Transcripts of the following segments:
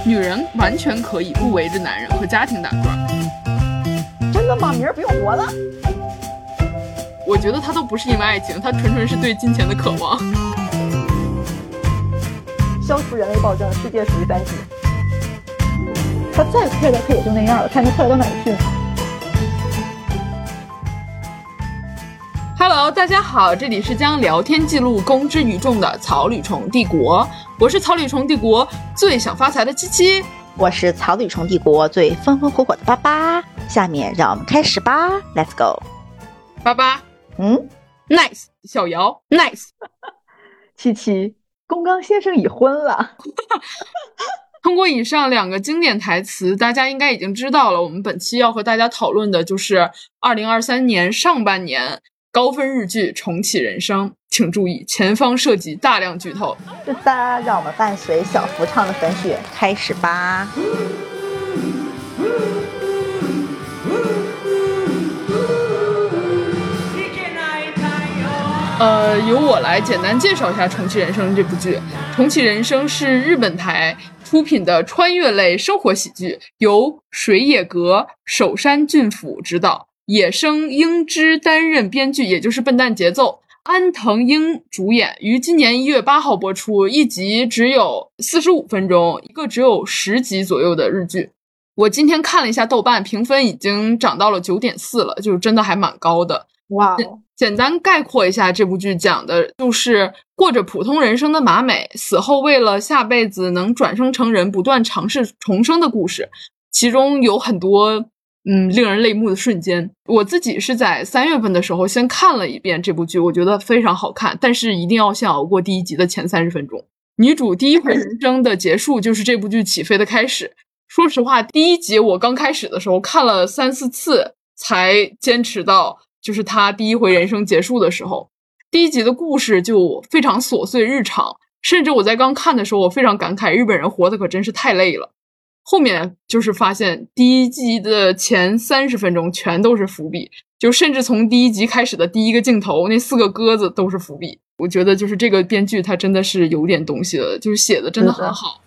女人完全可以不围着男人和家庭打转。 真的吗？明儿不用活了？ 我觉得他都不是因为爱情，他纯纯是对金钱的渴望。 消除人类暴政，世界属于三体。他再快乐，他也就那样了，看他快乐到哪儿去了。 Hello， 大家好，这里是将聊天记录公之于众的草履虫帝国，我是草履虫帝国最想发财的七七， 我是草履虫帝国最风风火火的巴巴。下面让我们开始吧 ，Let's go。 巴巴，nice， 小姚 ，nice， 七七，宫冈先生已婚了。 通过以上两个经典台词，大家应该已经知道了，我们本期要和大家讨论的就是2023年上半年高分日剧《重启人生》，请注意，前方涉及大量剧透。 是的，让我们伴随小福唱的粉雪开始吧。 由我来简单介绍一下《重启人生》这部剧。《重启人生》是日本台出品的穿越类生活喜剧，由水野格、首山俊辅执导，野生英之担任编剧，也就是笨蛋节奏，安藤英主演，于今年1月8号播出，一集只有45分钟，一个只有10集左右的日剧。我今天看了一下豆瓣，评分已经涨到了 9.4 了，就是真的还蛮高的。 哇， 简单概括一下，这部剧讲的就是过着普通人生的马美死后为了下辈子能转生成人，不断尝试重生的故事，其中有很多令人泪目的瞬间。我自己是在3月份的时候先看了一遍这部剧，我觉得非常好看，但是一定要先熬过第一集的前30分钟。女主第一回人生的结束就是这部剧起飞的开始。说实话，第一集我刚开始的时候看了3-4次才坚持到就是他第一回人生结束的时候。第一集的故事就非常琐碎日常，甚至我在刚看的时候我非常感慨，日本人活得可真是太累了。后面就是发现第一集的前30分钟全都是伏笔，就甚至从第一集开始的第一个镜头那4个鸽子都是伏笔。我觉得就是这个编剧他真的是有点东西的，就是写的真的很好。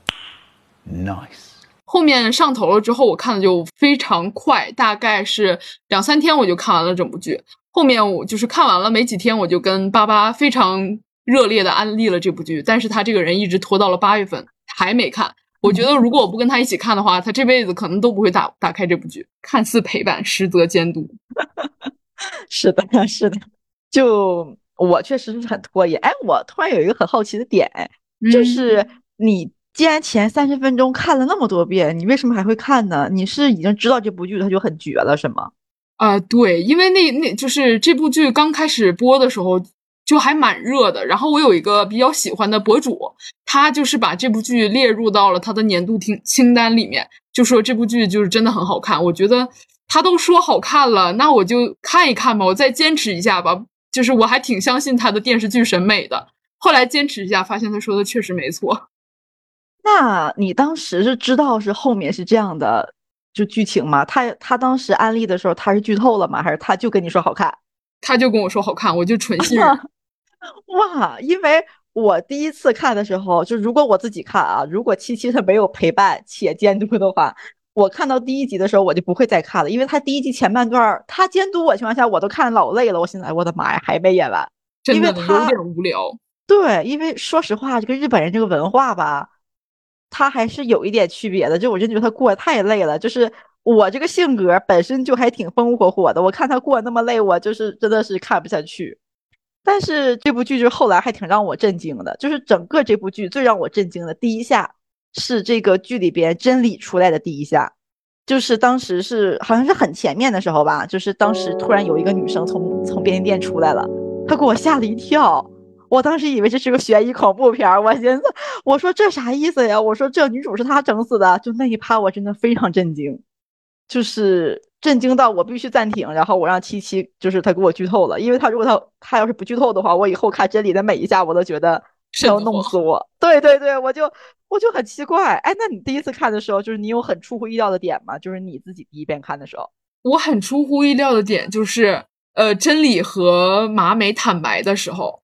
Nice。 后面上头了之后，我看的就非常快，大概是2-3天我就看完了整部剧。后面我就是看完了没几天，我就跟巴巴非常热烈的安利了这部剧，但是他这个人一直拖到了8月份还没看。我觉得如果我不跟他一起看的话，他这辈子可能都不会打开这部剧。看似陪伴，实则监督。 是的，是的，就我确实是很拖延。哎，我突然有一个很好奇的点，就是你既然前30分钟看了那么多遍，你为什么还会看呢？你是已经知道这部剧它就很绝了是吗？ 对，因为那就是这部剧刚开始播的时候就还蛮热的，然后我有一个比较喜欢的博主，他就是把这部剧列入到了他的年度清单里面，就说这部剧就是真的很好看。我觉得他都说好看了，那我就看一看吧，我再坚持一下吧，就是我还挺相信他的电视剧审美的。后来坚持一下发现他说的确实没错。 那你当时是知道是后面是这样的就剧情吗？他当时安利的时候他是剧透了吗？还是他就跟你说好看？ 他就跟我说好看，我就纯信任。 哇，因为我第一次看的时候，就如果我自己看啊，如果七七他没有陪伴且监督的话，我看到第一集的时候我就不会再看了，因为他第一集前半段他监督我情况下我都看老累了，我现在我的妈呀还没演完， 真的因为他有点无聊。 对，因为说实话这个日本人这个文化吧，他还是有一点区别的，就我真觉得他过得太累了，就是我这个性格本身就还挺风风火火的，我看他过那么累，我就是真的是看不下去。但是这部剧就是后来还挺让我震惊的，就是整个这部剧最让我震惊的第一下是这个剧里边真理出来的第一下，就是当时是好像是很前面的时候吧，就是当时突然有一个女生从便利店出来了，她给我吓了一跳。我当时以为这是个悬疑恐怖片，我寻思，我说这啥意思呀？我说这女主是她整死的，就那一趴我真的非常震惊，就是震惊到我必须暂停，然后我让七七就是他给我剧透了，因为如果他要是不剧透的话，我以后看真理的每一下我都觉得他要弄死我。对对对，我就很奇怪。哎，那你第一次看的时候，就是你有很出乎意料的点吗？就是你自己第一遍看的时候。 我很出乎意料的点就是真理和马美坦白的时候，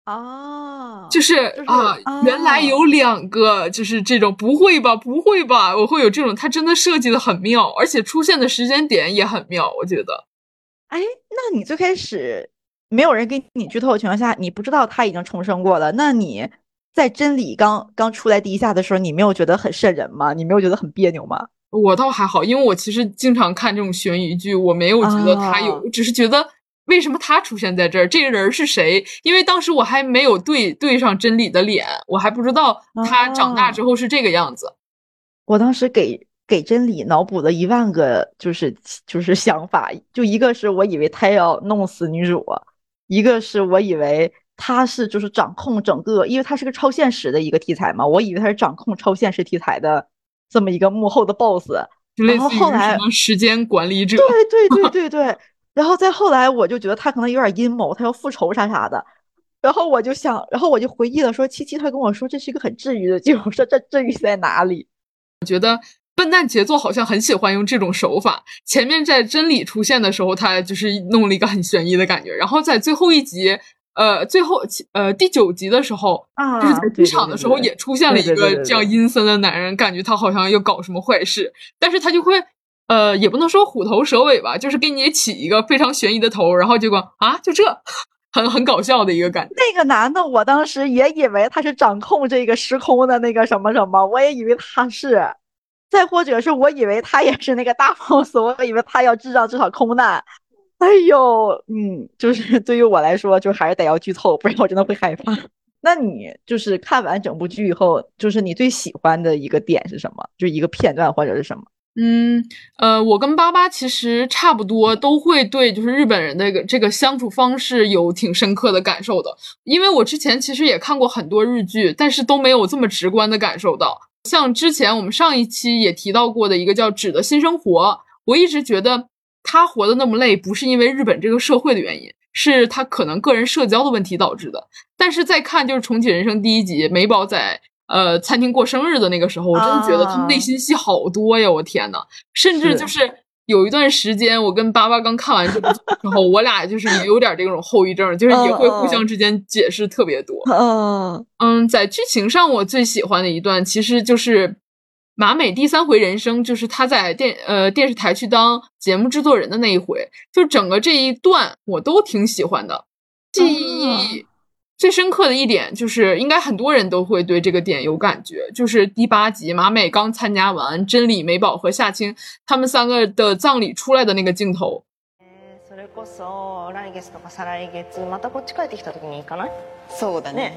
啊， 就是原来有两个，就是这种不会吧，不会吧，我会有这种，他真的设计的很妙，而且出现的时间点也很妙，我觉得。 哎，那你最开始没有人给你剧透的情况下，你不知道他已经重生过了，那你在真理刚出来第一下的时候，你没有觉得很瘆人吗？你没有觉得很别扭吗？ 我倒还好，因为我其实经常看这种悬疑剧，我没有觉得他有，只是觉得为什么他出现在这儿，这个人是谁？因为当时我还没有对上真理的脸，我还不知道他长大之后是这个样子。 我当时给真理脑补了10000个就是想法，就一个是我以为他要弄死女主，一个是我以为他是就是掌控整个，因为他是个超现实的一个题材嘛，我以为他是掌控超现实题材的这么一个幕后的 boss。然后后来什么时间管理者， 对，然后再后来我就觉得他可能有点阴谋，他要复仇啥的。然后我就想，然后我就回忆了说，七七他跟我说这是一个很治愈的剧，我说这治愈在哪里？ 笨蛋杰作好像很喜欢用这种手法。前面在真理出现的时候，他就是弄了一个很悬疑的感觉，然后在最后一集，第9集的时候，就是在机场的时候也出现了一个这样阴森的男人，感觉他好像要搞什么坏事，但是他就会也不能说虎头蛇尾吧，就是给你起一个非常悬疑的头，然后结果就这很搞笑的一个感觉。 那个男的我当时也以为他是掌控这个时空的那个什么什么，我也以为他是，再或者是我以为他也是那个大 boss， 我以为他要制造这场空难。哎呦，就是对于我来说，就还是得要剧透，不然我真的会害怕。那你就是看完整部剧以后，就是你最喜欢的一个点是什么？就一个片段或者是什么？ 我跟巴巴其实差不多，都会对就是日本人的这个相处方式有挺深刻的感受的。因为我之前其实也看过很多日剧，但是都没有这么直观的感受到。像之前我们上一期也提到过的一个叫《纸的新生活》，我一直觉得他活得那么累，不是因为日本这个社会的原因，是他可能个人社交的问题导致的。但是再看就是重启人生第1集，美宝在餐厅过生日的那个时候，我真的觉得他们内心戏好多呀！我天呐，甚至就是有一段时间，我跟巴巴刚看完这部剧的时候，我俩就是也有点这种后遗症，就是也会互相之间解释特别多。在剧情上我最喜欢的一段，其实就是马美第3回人生，就是他在电视台去当节目制作人的那一回，就整个这一段我都挺喜欢的。记忆最深刻的一点就是，应该很多人都会对这个点有感觉，就是第8集马美刚参加完真理、美宝和夏青他们3个的葬礼出来的那个镜头。 それこそ来月とか再来月またこっち帰ってきた時に行かない？ そうだね。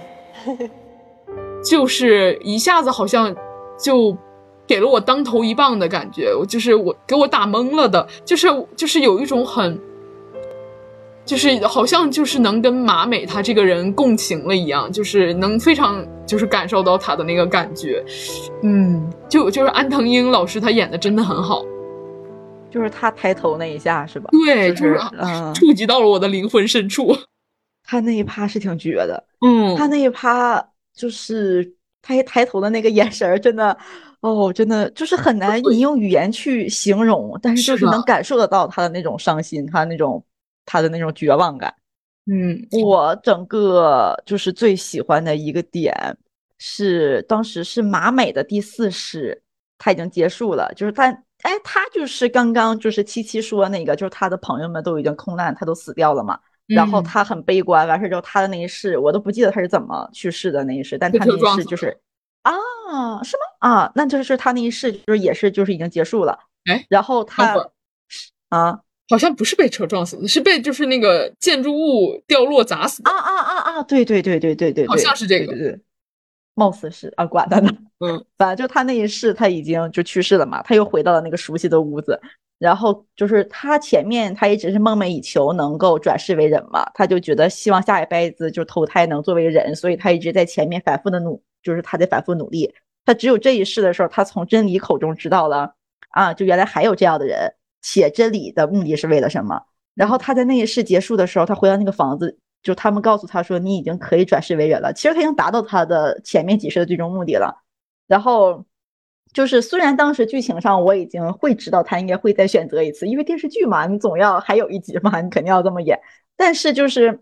就是一下子好像就给了我当头一棒的感觉，我给我打懵了的，就是有一种很。就是好像就是能跟马美他这个人共情了一样，就是能非常就是感受到他的那个感觉，就是安藤英老师他演的真的很好， 就是他抬头那一下是吧？ 对，就是触及到了我的灵魂深处。 他那一趴是挺绝的，他那一趴就是他一抬头的那个眼神真的，真的就是很难你用语言去形容，但是就是能感受得到他的那种伤心，他的那种绝望感。我整个就是最喜欢的一个点是当时是马美的第4世，他已经结束了，就是他就是刚刚就是七七说那个，就是他的朋友们都已经空难，他都死掉了嘛，然后他很悲观，完事之后他的那一世我都不记得他是怎么去世的那一世，但他那一世就是是吗？那就是他那一世就是也是就是已经结束了。然后他好像不是被车撞死的，是被就是那个建筑物掉落砸死的。 对， 好像是这个， 对，貌似是管他呢。反正就他那一世他已经就去世了嘛，他又回到了那个熟悉的屋子，然后就是他前面他一直是梦寐以求能够转世为人嘛，他就觉得希望下一辈子就投胎能作为人，所以他一直在前面反复的就是他在反复努力。他只有这一世的时候，他从真理口中知道了就原来还有这样的人，且真理的目的是为了什么。然后他在那一世结束的时候，他回到那个房子，就他们告诉他说你已经可以转世为人了，其实他已经达到他的前面几世的最终目的了。然后就是虽然当时剧情上我已经会知道他应该会再选择一次，因为电视剧嘛，你总要还有一集嘛，你肯定要这么演，但是就是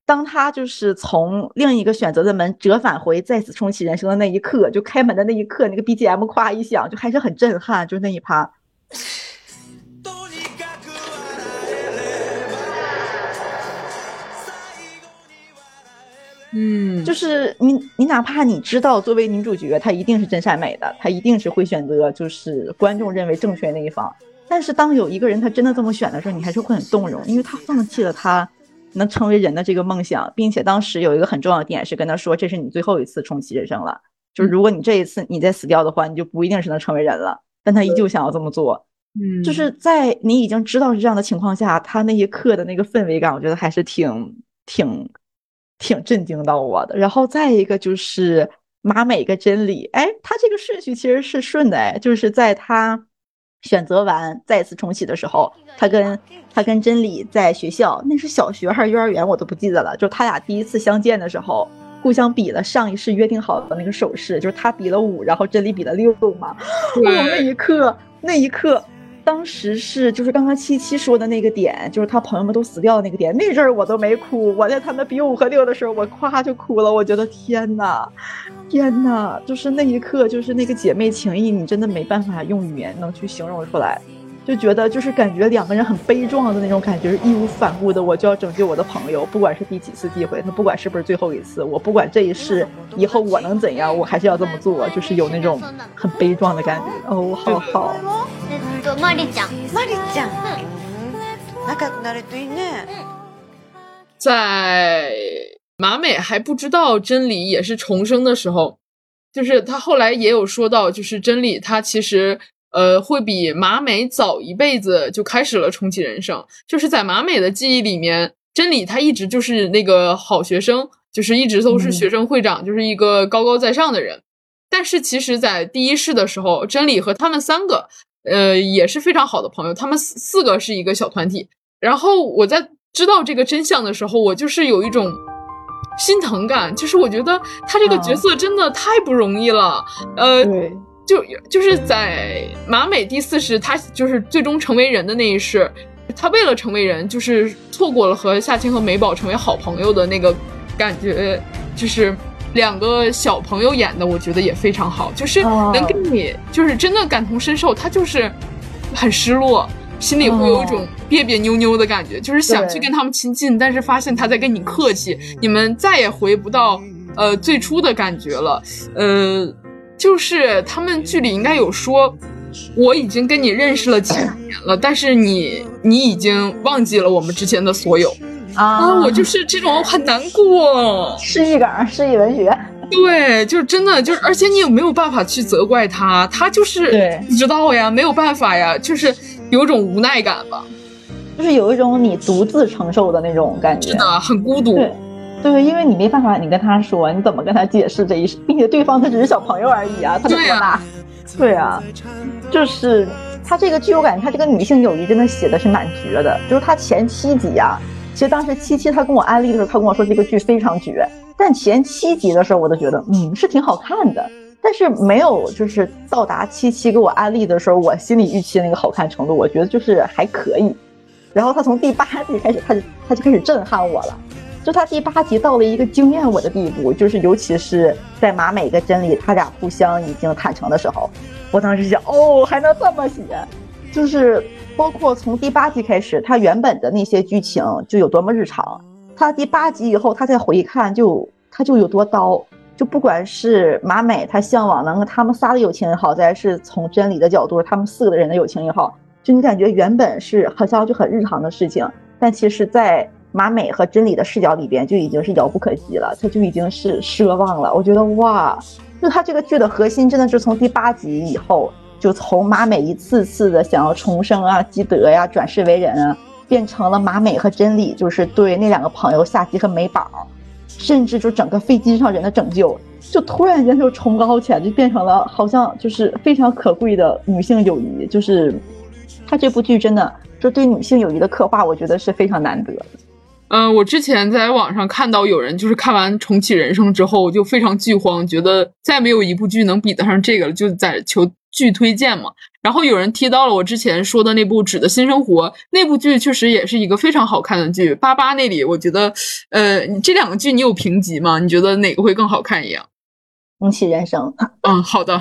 当他就是从另一个选择的门折返回再次重启人生的那一刻，就开门的那一刻，那个 BGM 夸一响，就还是很震撼，就那一趴。就是你哪怕你知道作为女主角她一定是真善美的，她一定是会选择就是观众认为正确那一方，但是当有一个人他真的这么选的时候，你还是会很动容，因为他放弃了他能成为人的这个梦想，并且当时有一个很重要的点是跟他说，这是你最后一次重启人生了，就是如果你这一次你再死掉的话，你就不一定是能成为人了，但他依旧想要这么做。就是在你已经知道是这样的情况下，他那一刻的那个氛围感，我觉得还是挺震惊到我的。然后再一个就是马美跟真理，哎，他这个顺序其实是顺的，哎，就是在他选择完再次重启的时候，他跟真理在学校，那是小学还是幼儿园我都不记得了，就他俩第一次相见的时候互相比了上一世约定好的那个手势，就是他比了5，然后真理比了6嘛。那一刻当时是就是刚刚七七说的那个点，就是他朋友们都死掉的那个点，那阵儿我都没哭，我在他们比5和6的时候我夸就哭了，我觉得天哪，就是那一刻，就是那个姐妹情谊，你真的没办法用语言能去形容出来，就觉得就是感觉两个人很悲壮的那种感觉，义无反顾的我就要拯救我的朋友，不管是第几次机会，他不管是不是最后一次，我不管这一世以后我能怎样，我还是要这么做，就是有那种很悲壮的感觉。哦，好好。 マリちゃん仲良くなるといいね。 在马美还不知道真理也是重生的时候，就是他后来也有说到，就是真理他其实会比马美早一辈子就开始了重启人生。就是在马美的记忆里面，真理他一直就是那个好学生，就是一直都是学生会长，就是一个高高在上的人。但是其实在第一世的时候，真理和他们3个也是非常好的朋友，他们4个是一个小团体。然后我在知道这个真相的时候，我就是有一种心疼感，就是我觉得他这个角色真的太不容易了。就是在马美第4世，他就是最终成为人的那一世，他为了成为人，就是错过了和夏青和美宝成为好朋友的那个感觉，就是2个小朋友演的，我觉得也非常好，就是能给你就是真的感同身受，他就是很失落，心里会有一种别别扭扭的感觉，就是想去跟他们亲近，但是发现他在跟你客气，你们再也回不到最初的感觉了。就是他们剧里应该有说，我已经跟你认识了几年了，但是你已经忘记了我们之前的所有啊！我就是这种很难过， 诗意感，诗意文学。 对，就是真的，就是而且你有没有办法去责怪他？他就是不知道呀，没有办法呀，就是有种无奈感吧， 就是有一种你独自承受的那种感觉， 是的，很孤独。 对，因为你没办法，你跟他说，你怎么跟他解释这一事，并且对方他只是小朋友而已啊，他多大？对啊，就是他这个剧，我感觉他这个女性友谊真的写的是蛮绝的。就是他前7集啊，其实当时七七他跟我安利的时候，他跟我说这个剧非常绝，但前7集的时候，我都觉得是挺好看的，但是没有就是到达七七给我安利的时候，我心里预期的那个好看程度，我觉得就是还可以。然后他从第8集开始，他就开始震撼我了。就他第8集到了一个惊艳我的地步，就是尤其是在马美跟真理他俩互相已经坦诚的时候，我当时想，还能这么写，就是包括从第8集开始，他原本的那些剧情就有多么日常，他第8集以后他再回看他就有多刀，就不管是马美他向往能跟他们仨的友情也好，再是从真理的角度他们4个人的友情也好，就你感觉原本是好像就很日常的事情，但其实在马美和真理的视角里边就已经是遥不可及了，它就已经是奢望了。我觉得哇，就它这个剧的核心真的是从第8集以后，就从马美一次次的想要重生啊、积德呀、转世为人啊，变成了马美和真理就是对那2个朋友夏姬和美宝，甚至就整个飞机上人的拯救，就突然间就崇高起来，就变成了好像就是非常可贵的女性友谊。就是它这部剧真的就对女性友谊的刻画，我觉得是非常难得的。 我之前在网上看到有人就是看完重启人生之后就非常剧荒，觉得再没有一部剧能比得上这个了，就在求剧推荐嘛。 然后有人提到了我之前说的那部《纸的新生活》，那部剧确实也是一个非常好看的剧。88那里，我觉得，这两个剧你有评级吗？你觉得哪个会更好看一样？ 重启人生。 好的。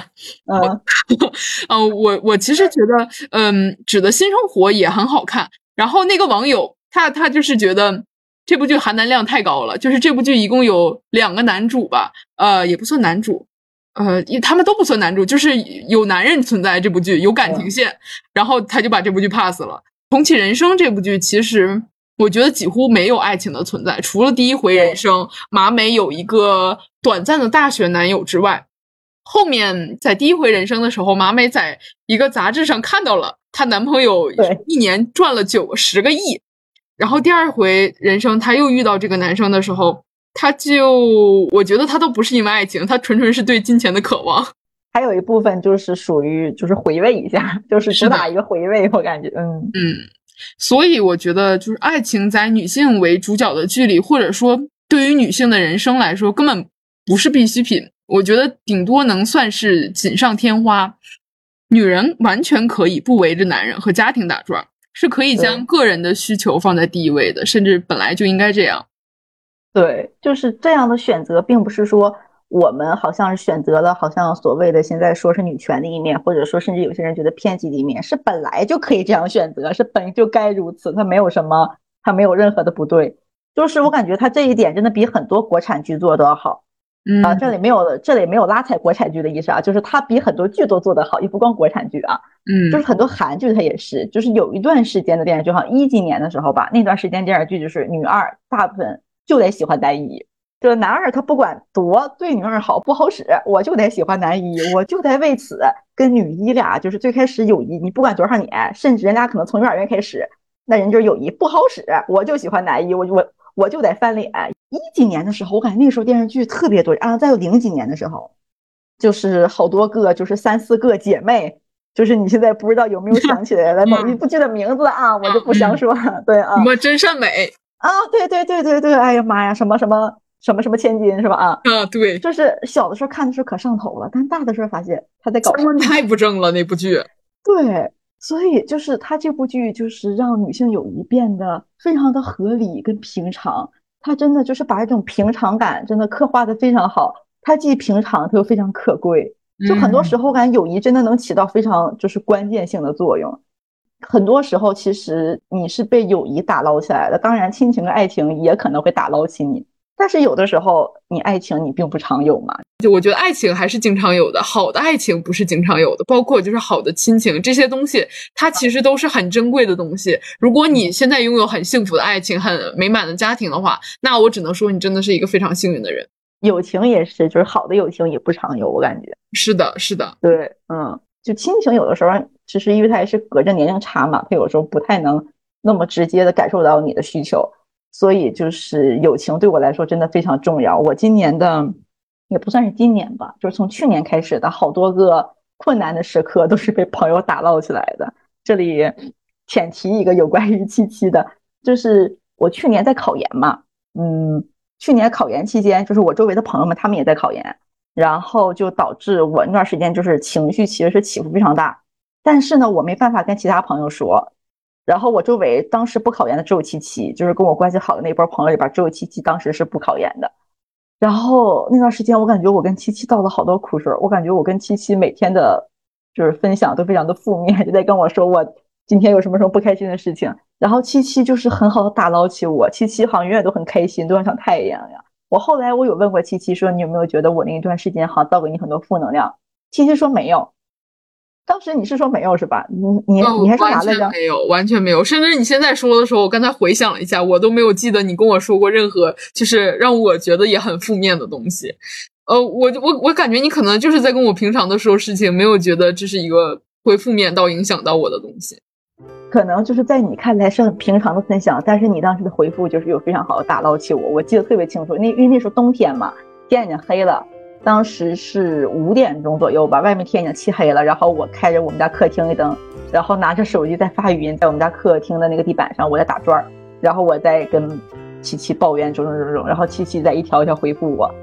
我其实觉得，纸的新生活也很好看。然后那个网友他就是觉得这部剧含金量太高了，就是这部剧一共有2个男主吧，也不算男主。他们都不算男主，就是有男人存在这部剧，有感情线，然后他就把这部剧 pass 了。重启人生这部剧其实我觉得几乎没有爱情的存在，除了第一回人生马美有一个短暂的大学男友之外，后面在第一回人生的时候，马美在一个杂志上看到了她男朋友一年赚了10个亿，然后第二回人生她又遇到这个男生的时候，我觉得他都不是因为爱情，他纯纯是对金钱的渴望。 还有一部分就是属于就是回味一下，就是主打一个回味，我感觉所以我觉得就是爱情在女性为主角的剧里，或者说对于女性的人生来说根本不是必需品，我觉得顶多能算是锦上添花。女人完全可以不围着男人和家庭打转，是可以将个人的需求放在第一位的，甚至本来就应该这样。 对，就是这样的选择，并不是说我们好像是选择了好像所谓的现在说是女权的一面，或者说甚至有些人觉得偏激的一面，是本来就可以这样选择，是本就该如此，它没有什么，它没有任何的不对。就是我感觉它这一点真的比很多国产剧做都要好。这里没有拉踩国产剧的意思啊，就是它比很多剧都做得好，也不光国产剧啊，就是很多韩剧它也是，就是有一段时间的电视剧，好像10几年的时候吧，那段时间电视剧就是女二大部分就得喜欢男一，就是男二他不管多对女二好不好使，我就得喜欢男一，我就得为此跟女一俩就是最开始友谊，你不管多少年，甚至人俩可能从幼儿园开始，那人就是友谊不好使，我就喜欢男一，我就得翻脸。10几年的时候，我感觉那个时候电视剧特别多啊，再有0几年的时候，就是好多个，就是3、4个姐妹，就是你现在不知道有没有想起来某一部剧的名字啊，我就不详说。对啊， 什么真善美啊，对，哎呀妈呀，什么千金是吧？ 对， 就是小的时候看的时候可上头了，但大的时候发现他在搞太不正了那部剧。 对，所以就是他这部剧就是让女性友谊变得非常的合理跟平常，他真的就是把这种平常感真的刻画的非常好，他既平常他又非常可贵，就很多时候感觉友谊真的能起到非常就是关键性的作用。很多时候其实你是被友谊打捞起来的，当然亲情和爱情也可能会打捞起你，但是有的时候你爱情你并不常有嘛。 就我觉得爱情还是经常有的，好的爱情不是经常有的，包括就是好的亲情，这些东西它其实都是很珍贵的东西。如果你现在拥有很幸福的爱情，很美满的家庭的话，那我只能说你真的是一个非常幸运的人。 友情也是，就是好的友情也不常有，我感觉是的对。就亲情有的时候其实因为它也是隔着年龄差嘛，它有时候不太能那么直接的感受到你的需求，所以就是友情对我来说真的非常重要。我今年的也不算是今年吧，就是从去年开始的好多个困难的时刻都是被朋友打捞起来的。这里浅提一个有关于77的，就是我去年在考研嘛，去年考研期间就是我周围的朋友们他们也在考研，然后就导致我那段时间就是情绪其实是起伏非常大，但是呢我没办法跟其他朋友说，然后我周围当时不考研的只有77，就是跟我关系好的那波朋友里边只有77当时是不考研的。然后那段时间我感觉我跟77倒了好多苦水，我感觉我跟77每天的就是分享都非常的负面，就在跟我说我今天有什么不开心的事情，然后77就是很好的打捞起我，77好像永远都很开心，都像太阳一样。我后来我有问过77说你有没有觉得我那一段时间好像倒给你很多负能量，77说没有。当时你是说没有是吧？你还说啥来着？ 完全没有，甚至你现在说的时候，我刚才回想了一下，我都没有记得你跟我说过任何就是让我觉得也很负面的东西。我感觉你可能就是在跟我平常的说事情，没有觉得这是一个会负面到影响到我的东西。 可能就是在你看来是很平常的分享，但是你当时的回复就是有非常好的打捞起我，我记得特别清楚。因为那时候冬天嘛，天已经黑了，当时是5点钟左右吧，外面天已经漆黑了，然后我开着我们家客厅一灯，然后拿着手机在发语音，在我们家客厅的那个地板上我在打转，然后我在跟77抱怨种，然后77在一条一条回复我，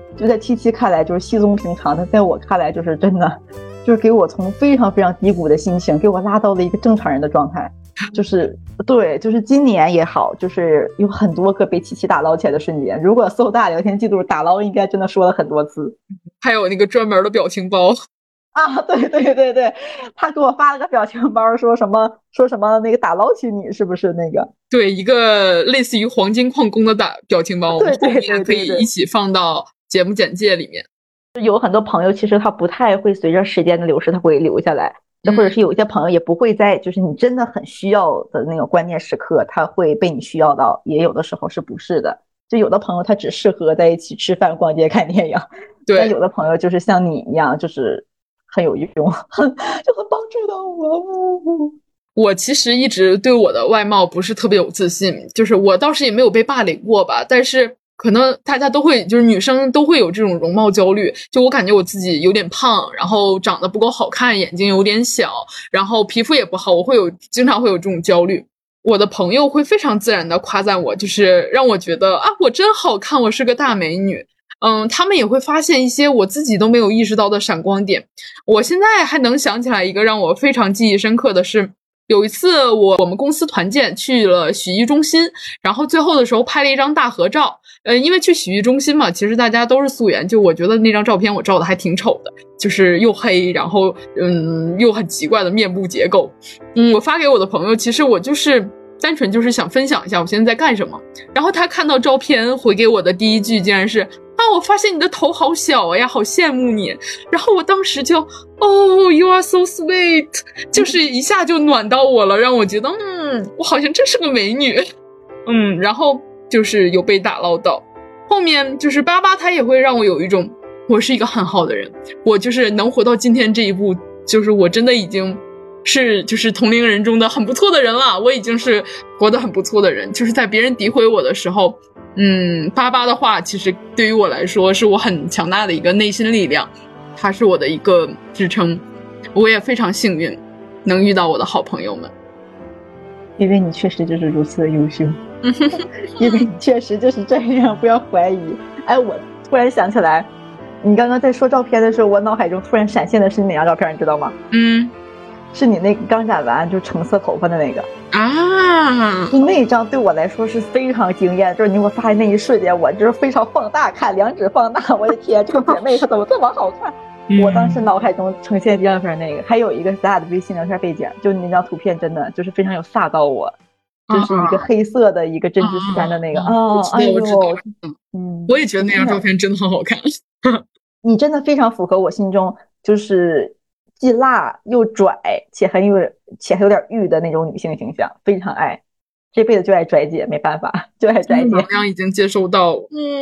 就在七七看来就是稀松平常，但在我看来就是真的，就是给我从非常非常低谷的心情给我拉到了一个正常人的状态。就是对，就是今年也好，就是有很多个被七七打捞起来的瞬间。如果搜大聊天记录，打捞应该真的说了很多次。 还有那个专门的表情包啊，对对对对，他给我发了个表情包，说什么那个打捞起你，是不是那个？ 对，一个类似于黄金矿工的表情包， 对对对对对， 后面可以一起放到节目简介里面。 有很多朋友其实他不太会随着时间的流逝他会留下来，或者是有一些朋友也不会在就是你真的很需要的那个关键时刻他会被你需要到，也有的时候是不是的。就有的朋友他只适合在一起吃饭逛街看电影， 对， 但有的朋友就是像你一样就是很有用，就很帮助到我。 我其实一直对我的外貌不是特别有自信，就是我倒是也没有被霸凌过吧，但是可能大家都会，就是女生都会有这种容貌焦虑。就我感觉我自己有点胖，然后长得不够好看，眼睛有点小，然后皮肤也不好，我经常会有这种焦虑。我的朋友会非常自然的夸赞我，就是让我觉得啊，我真好看，我是个大美女。他们也会发现一些我自己都没有意识到的闪光点。我现在还能想起来一个让我非常记忆深刻的是，有一次我们公司团建去了洗浴中心，然后最后的时候拍了一张大合照。因为去洗浴中心嘛，其实大家都是素颜，就我觉得那张照片我照的还挺丑的，就是又黑，然后又很奇怪的面部结构。我发给我的朋友，其实我就是单纯就是想分享一下我现在在干什么。然后他看到照片回给我的第一句竟然是啊，我发现你的头好小呀，好羡慕你。然后我当时就Oh, you are so sweet， 就是一下就暖到我了，让我觉得我好像真是个美女。然后就是有被打捞到。后面就是巴巴他也会让我有一种我是一个很好的人，我就是能活到今天这一步，就是我真的已经是就是同龄人中的很不错的人了，我已经是活得很不错的人。就是在别人诋毁我的时候，巴巴的话其实对于我来说是我很强大的一个内心力量，它是我的一个支撑。我也非常幸运能遇到我的好朋友们， 因为你确实就是如此的优秀。因为你确实就是这样，不要怀疑。哎，我突然想起来，你刚刚在说照片的时候，我脑海中突然闪现的是哪张照片，你知道吗？是你那个刚染完就橙色头发的那个啊，就那一张对我来说是非常惊艳，就是你给我发的那一瞬间，我就是非常放大看，两指放大，我的天，这个姐妹她怎么这么好看？我当时脑海中呈现第二份那个，还有一个是咱俩的微信聊天背景，就那张图片真的就是非常有飒到我。就是一个黑色的一个针织衫的那个哎呦， 我也觉得那张照片真的很好看。 你真的非常符合我心中就是既辣又拽且很有点欲的那种女性形象，非常爱，这辈子就爱拽姐，没办法，就爱拽姐。 这样已经接收到。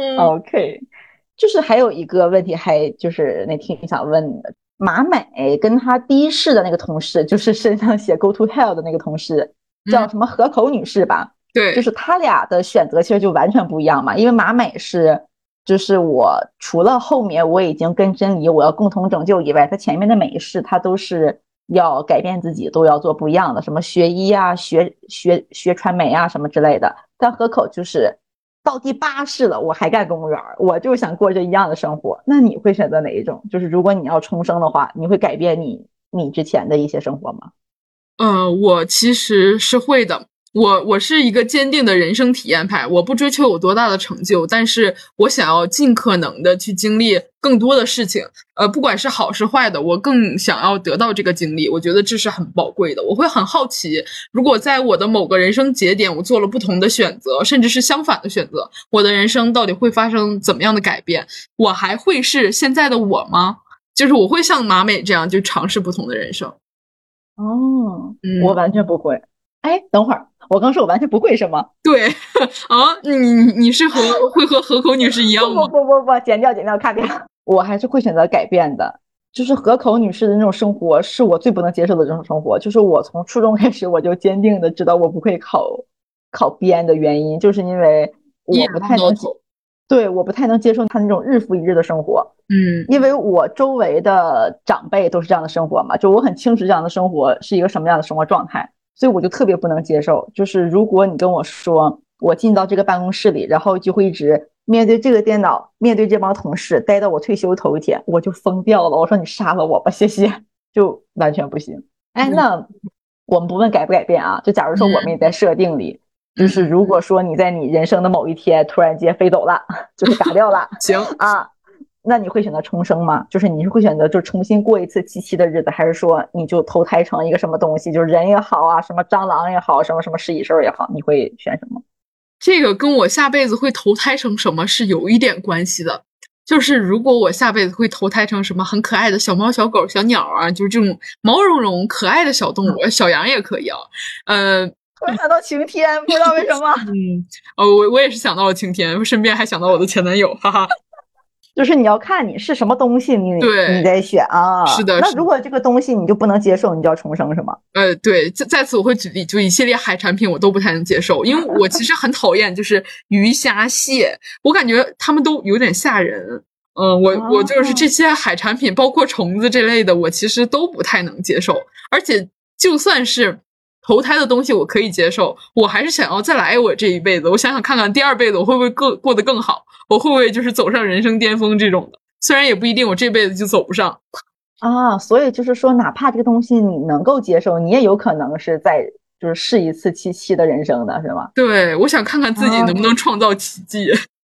OK， 就是还有一个问题，还就是那挺想问的，马美跟她第一世的那个同事，就是身上写 Go to Hell 的那个同事。叫什么河口女士吧？ 对， 就是他俩的选择其实就完全不一样嘛。因为马美是，就是我除了后面我已经跟真理我要共同拯救以外，他前面的每一世他都是要改变自己，都要做不一样的，什么学医啊、学传媒啊什么之类的。但河口就是到第8世了，我还干公务员，我就想过这一样的生活。那你会选择哪一种？就是如果你要重生的话，你会改变你之前的一些生活吗？ 我其实是会的。我是一个坚定的人生体验派，我不追求有多大的成就，但是我想要尽可能的去经历更多的事情，不管是好是坏的，我更想要得到这个经历，我觉得这是很宝贵的。我会很好奇，如果在我的某个人生节点，我做了不同的选择，甚至是相反的选择，我的人生到底会发生怎么样的改变？我还会是现在的我吗？就是我会像马美这样，就尝试不同的人生。 我完全不会。哎，等会儿，我刚说我完全不会什么？ 对啊，你是会和河口女士一样吗？ 不，剪掉，卡掉。我还是会选择改变的。就是河口女士的那种生活，是我最不能接受的这种生活。就是我从初中开始，我就坚定的知道我不会考编的原因，就是因为我不太能我不太能接受她那种日复一日的生活。因为我周围的长辈都是这样的生活嘛，就我很清楚这样的生活是一个什么样的生活状态，所以我就特别不能接受。就是如果你跟我说我进到这个办公室里，然后就会一直面对这个电脑，面对这帮同事，待到我退休头一天，我就疯掉了。我说你杀了我吧，谢谢，就完全不行。哎，那我们不问改不改变啊，就假如说我们也在设定里，就是如果说你在你人生的某一天突然间飞走了，就是嘎掉了， 行啊，那你会选择重生吗？就是你是会选择就重新过一次七的日子，还是说你就投胎成一个什么东西，就是人也好啊，什么蟑螂也好，什么什么食蚁兽也好，你会选什么？ 这个跟我下辈子会投胎成什么是有一点关系的。就是如果我下辈子会投胎成什么很可爱的小猫、小狗、小鸟啊，就是这种毛茸茸可爱的小动物，小羊也可以啊。 我想到晴天，不知道为什么。 我也是想到了晴天，身边还想到我的前男友，哈哈。 就是你要看你是什么东西，你再选啊。 是的。 那如果这个东西你就不能接受，你就要重生是吗？ 对，在此我会举例，就一系列海产品我都不太能接受，因为我其实很讨厌就是鱼虾蟹，我感觉他们都有点吓人。我就是这些海产品，包括虫子这类的，我其实都不太能接受。而且就算是投胎的东西我可以接受，我还是想要再来我这一辈子，我想想看看第二辈子我会不会过得更好，我会不会就是走上人生巅峰这种的，虽然也不一定我这辈子就走不上啊。所以就是说哪怕这个东西你能够接受，你也有可能是在就是试一次七的人生的是吗？ 对，我想看看自己能不能创造奇迹。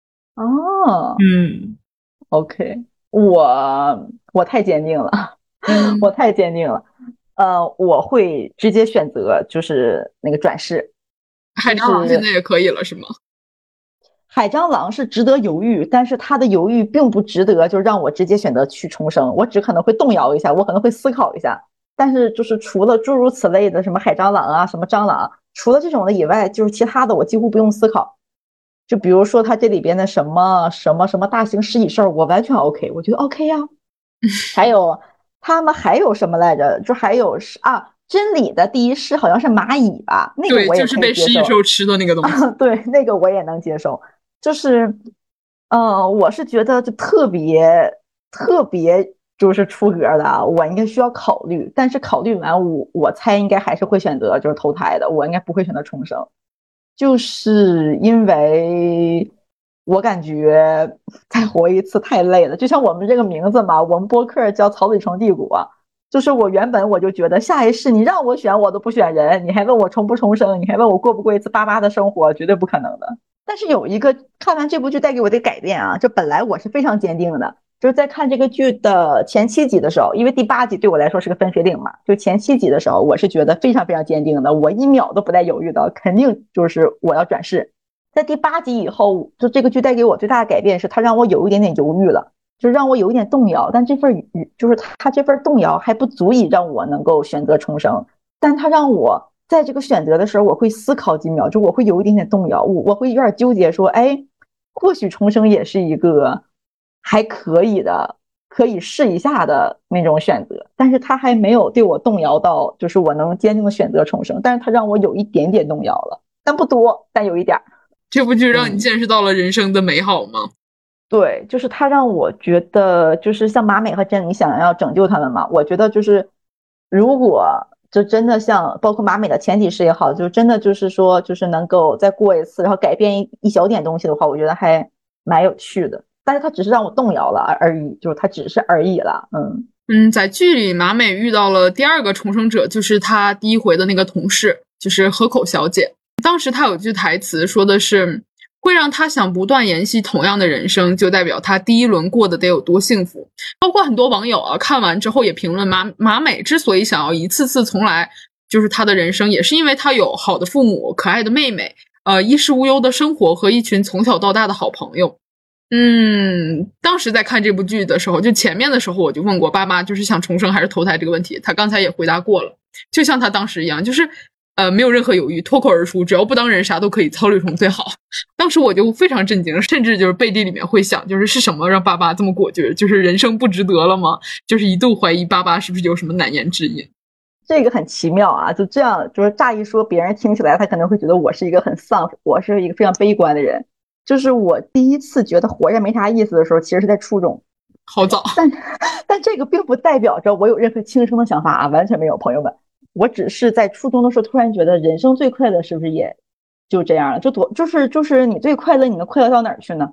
OK， 我太坚定了，我太坚定了。我会直接选择就是那个转世。 海蟑螂现在也可以了是吗？ 海蟑螂是值得犹豫，但是他的犹豫并不值得就让我直接选择去重生，我只可能会动摇一下，我可能会思考一下。但是就是除了诸如此类的什么海蟑螂啊，什么蟑螂，除了这种的以外，就是其他的我几乎不用思考。就比如说它这里边的什么大型食蚁兽，我完全 OK， 我觉得 OK 呀。还有他们还有什么来着？就还有真理的第一世好像是蚂蚁吧，那个我也可以接受。 对，就是被食蚁兽吃的那个东西。 对，那个我也能接受。就是我是觉得就特别就是出格的，我应该需要考虑，但是考虑完我猜应该还是会选择就是投胎的，我应该不会选择重生。就是因为我感觉再活一次太累了，就像我们这个名字嘛，我们播客叫草里城帝国，就是我原本我就觉得下一世你让我选我都不选人，你还问我重不重生，你还问我过不过一次巴巴的生活，绝对不可能的。但是有一个看完这部剧带给我的改变啊，就本来我是非常坚定的，就是在看这个剧的前7集的时候，因为第8集对我来说是个分水岭嘛，就前7集的时候我是觉得非常非常坚定的，我1秒都不带犹豫的，肯定就是我要转世。在第8集以后，就这个剧带给我最大的改变是它让我有一点点犹豫了，就让我有一点动摇，但这份就是它这份动摇还不足以让我能够选择重生，但它让我在这个选择的时候我会思考几秒，就我会有一点点动摇，我会有点纠结说，哎，或许重生也是一个还可以的可以试一下的那种选择，但是它还没有对我动摇到就是我能坚定的选择重生，但是它让我有一点点动摇了，但不多，但有一点。 这部剧让你见识到了人生的美好吗？ 对，就是它让我觉得就是像马美和珍妮想要拯救他们嘛，我觉得就是如果就真的像包括马美的前几世也好，就真的就是说就是能够再过一次，然后改变一小点东西的话，我觉得还蛮有趣的，但是它只是让我动摇了而已，就是它只是而已了。 在剧里马美遇到了第2个重生者，就是她第1回的那个同事，就是河口小姐。当时她有句台词说的是，会让她想不断延续同样的人生，就代表她第1轮过得得有多幸福。包括很多网友啊，看完之后也评论马美之所以想要一次次重来，就是她的人生也是因为她有好的父母、可爱的妹妹，衣食无忧的生活和一群从小到大的好朋友。当时在看这部剧的时候，就前面的时候我就问过爸妈，就是想重生还是投胎这个问题，他刚才也回答过了，就像他当时一样，就是没有任何犹豫，脱口而出，只要不当人啥都可以，草履虫最好。当时我就非常震惊，甚至就是背地里面会想，就是什么让爸爸这么果决，就是人生不值得了吗？就是一度怀疑爸爸是不是有什么难言之隐。 这个很奇妙啊，就这样，就是乍一说，别人听起来他可能会觉得我是一个很丧，我是一个非常悲观的人。就是我第一次觉得活着没啥意思的时候，其实是在初中， 好早。 但这个并不代表着我有任何轻生的想法啊，完全没有，朋友们。我只是在初中的时候突然觉得人生最快乐是不是也就这样了？就是你最快乐，你能快乐到哪儿去呢？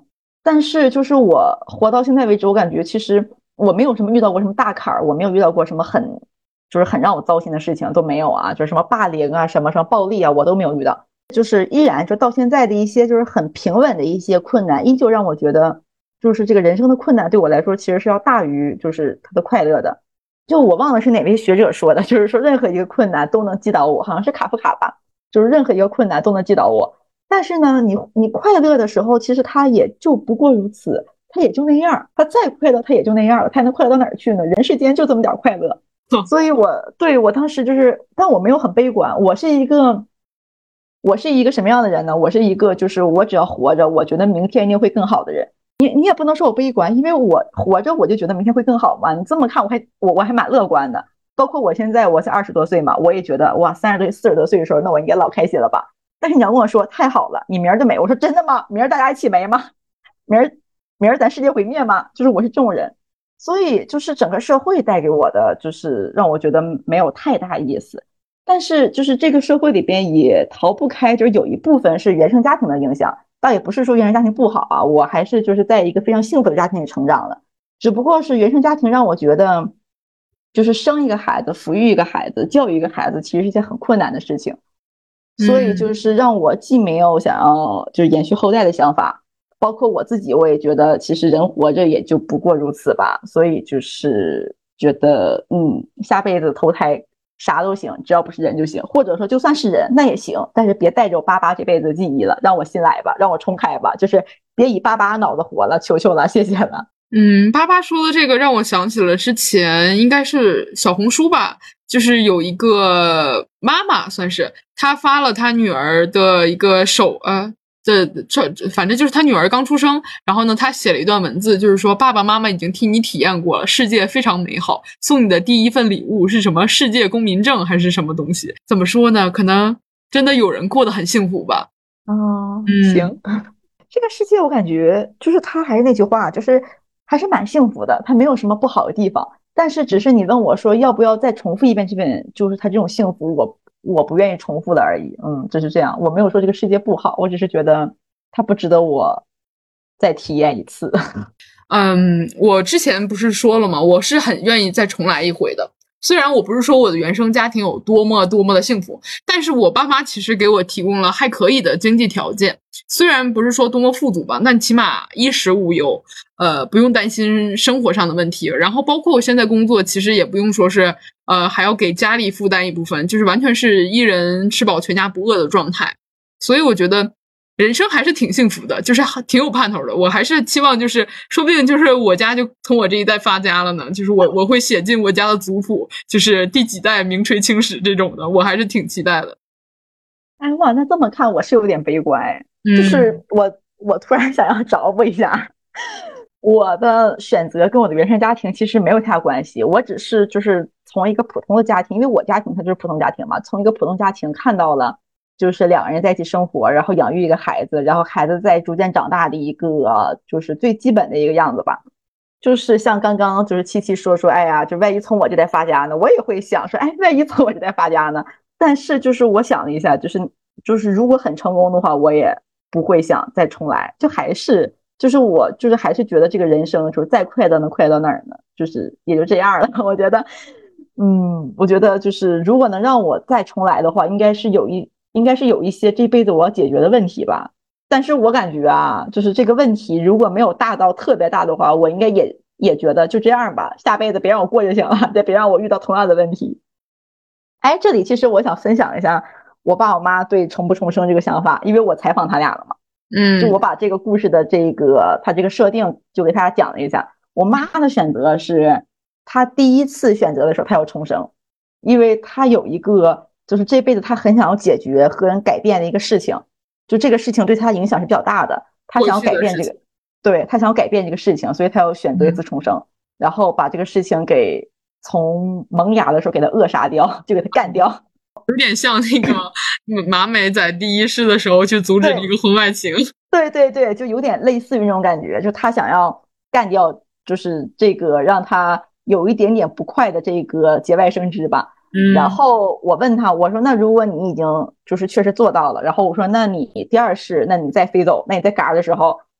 但是就是我活到现在为止，我感觉其实我没有什么遇到过什么大坎儿，我没有遇到过什么很让我糟心的事情都没有啊，就是什么霸凌啊、什么暴力啊，我都没有遇到。就是依然就到现在的一些就是很平稳的一些困难，依旧让我觉得就是这个人生的困难对我来说其实是要大于就是他的快乐的。就我忘了是哪位学者说的，就是说任何一个困难都能击倒我，好像是卡夫卡吧，就是任何一个困难都能击倒我。但是呢，你快乐的时候，其实他也就不过如此，他也就那样，他再快乐他也就那样了，他还能快乐到哪儿去呢？人世间就这么点快乐。所以我当时就是，但我没有很悲观，我是一个什么样的人呢？我是一个就是我只要活着，我觉得明天一定会更好的人。你也不能说我悲观，因为我活着我就觉得明天会更好嘛。你这么看我还蛮乐观的。包括我现在我才20多岁嘛，我也觉得哇30多40多岁的时候，那我应该老开心了吧。但是你要跟我说太好了，你明儿就没，我说真的吗？明儿大家一起没吗？明儿咱世界毁灭吗？就是我是这种人。所以就是整个社会带给我的就是让我觉得没有太大意思。但是就是这个社会里边也逃不开，就是有一部分是原生家庭的影响，倒也不是说原生家庭不好啊，我还是就是在一个非常幸福的家庭里成长的，只不过是原生家庭让我觉得就是生一个孩子、抚育一个孩子、教育一个孩子其实是一件很困难的事情，所以就是让我既没有想要就是延续后代的想法，包括我自己我也觉得其实人活着也就不过如此吧，所以就是觉得下辈子投胎啥都行，只要不是人就行，或者说就算是人那也行，但是别带着我爸爸这辈子的记忆了，让我新来吧，让我重开吧，就是别以爸爸脑子活了，求求了，谢谢了。 爸爸说的这个让我想起了之前应该是小红书吧，就是有一个妈妈算是她发了她女儿的一个反正就是他女儿刚出生，然后呢，他写了一段文字，就是说爸爸妈妈已经替你体验过了，世界非常美好，送你的第一份礼物是什么世界公民证还是什么东西？怎么说呢？可能真的有人过得很幸福吧。 行，这个世界我感觉就是他还是那句话，就是还是蛮幸福的，他没有什么不好的地方，但是只是你问我说要不要再重复一遍这本，就是他这种幸福我不愿意重复的而已。就是这样，我没有说这个世界不好，我只是觉得它不值得我再体验一次。 我之前不是说了吗？我是很愿意再重来一回的。虽然我不是说我的原生家庭有多么多么的幸福，但是我爸妈其实给我提供了还可以的经济条件，虽然不是说多么富足吧，但起码衣食无忧，不用担心生活上的问题。然后包括我现在工作，其实也不用说是还要给家里负担一部分，就是完全是一人吃饱全家不饿的状态。所以我觉得人生还是挺幸福的，就是挺有盼头的。我还是期望就是说不定就是我家就从我这一代发家了呢，就是我会写进我家的族谱，就是第几代名垂青史这种的，我还是挺期待的。 哎哇，那这么看我是有点悲观，就是我突然想要找补一下，我的选择跟我的原生家庭其实没有太大关系，我只是就是从一个普通的家庭，因为我家庭它就是普通家庭嘛，从一个普通家庭看到了就是两个人在一起生活，然后养育一个孩子，然后孩子在逐渐长大的一个就是最基本的一个样子吧。就是像刚刚就是七七说哎呀，就万一从我这代发家呢，我也会想说哎，万一从我这代发家呢，但是就是我想了一下，就是如果很成功的话，我也不会想再重来，就还是就是我就是还是觉得这个人生就是再快乐能快到哪儿呢，就是也就这样了。我觉得就是如果能让我再重来的话，应该是有一些这辈子我要解决的问题吧。但是我感觉啊，就是这个问题如果没有大到特别大的话，我应该也觉得就这样吧，下辈子别让我过就行了，再别让我遇到同样的问题。哎，这里其实我想分享一下我爸我妈对重不重生这个想法，因为我采访他俩了嘛。就我把这个故事的他这个设定就给大家讲了一下。我妈的选择是她第一次选择的时候她要重生，因为她有一个就是这辈子她很想要解决和改变的一个事情，就这个事情对她影响是比较大的，她想要改变这个，对，她想要改变这个事情，所以她要选择一次重生，然后把这个事情给从萌芽的时候给她扼杀掉，就给她干掉。 有点像那个马美在第一世的时候去阻止一个婚外情。 对，就有点类似于那种感觉，就他想要干掉就是这个让他有一点点不快的这个节外生枝吧。然后我问他，我说那如果你已经就是确实做到了，然后我说那你第二世那你再飞走，那你在嘎的时候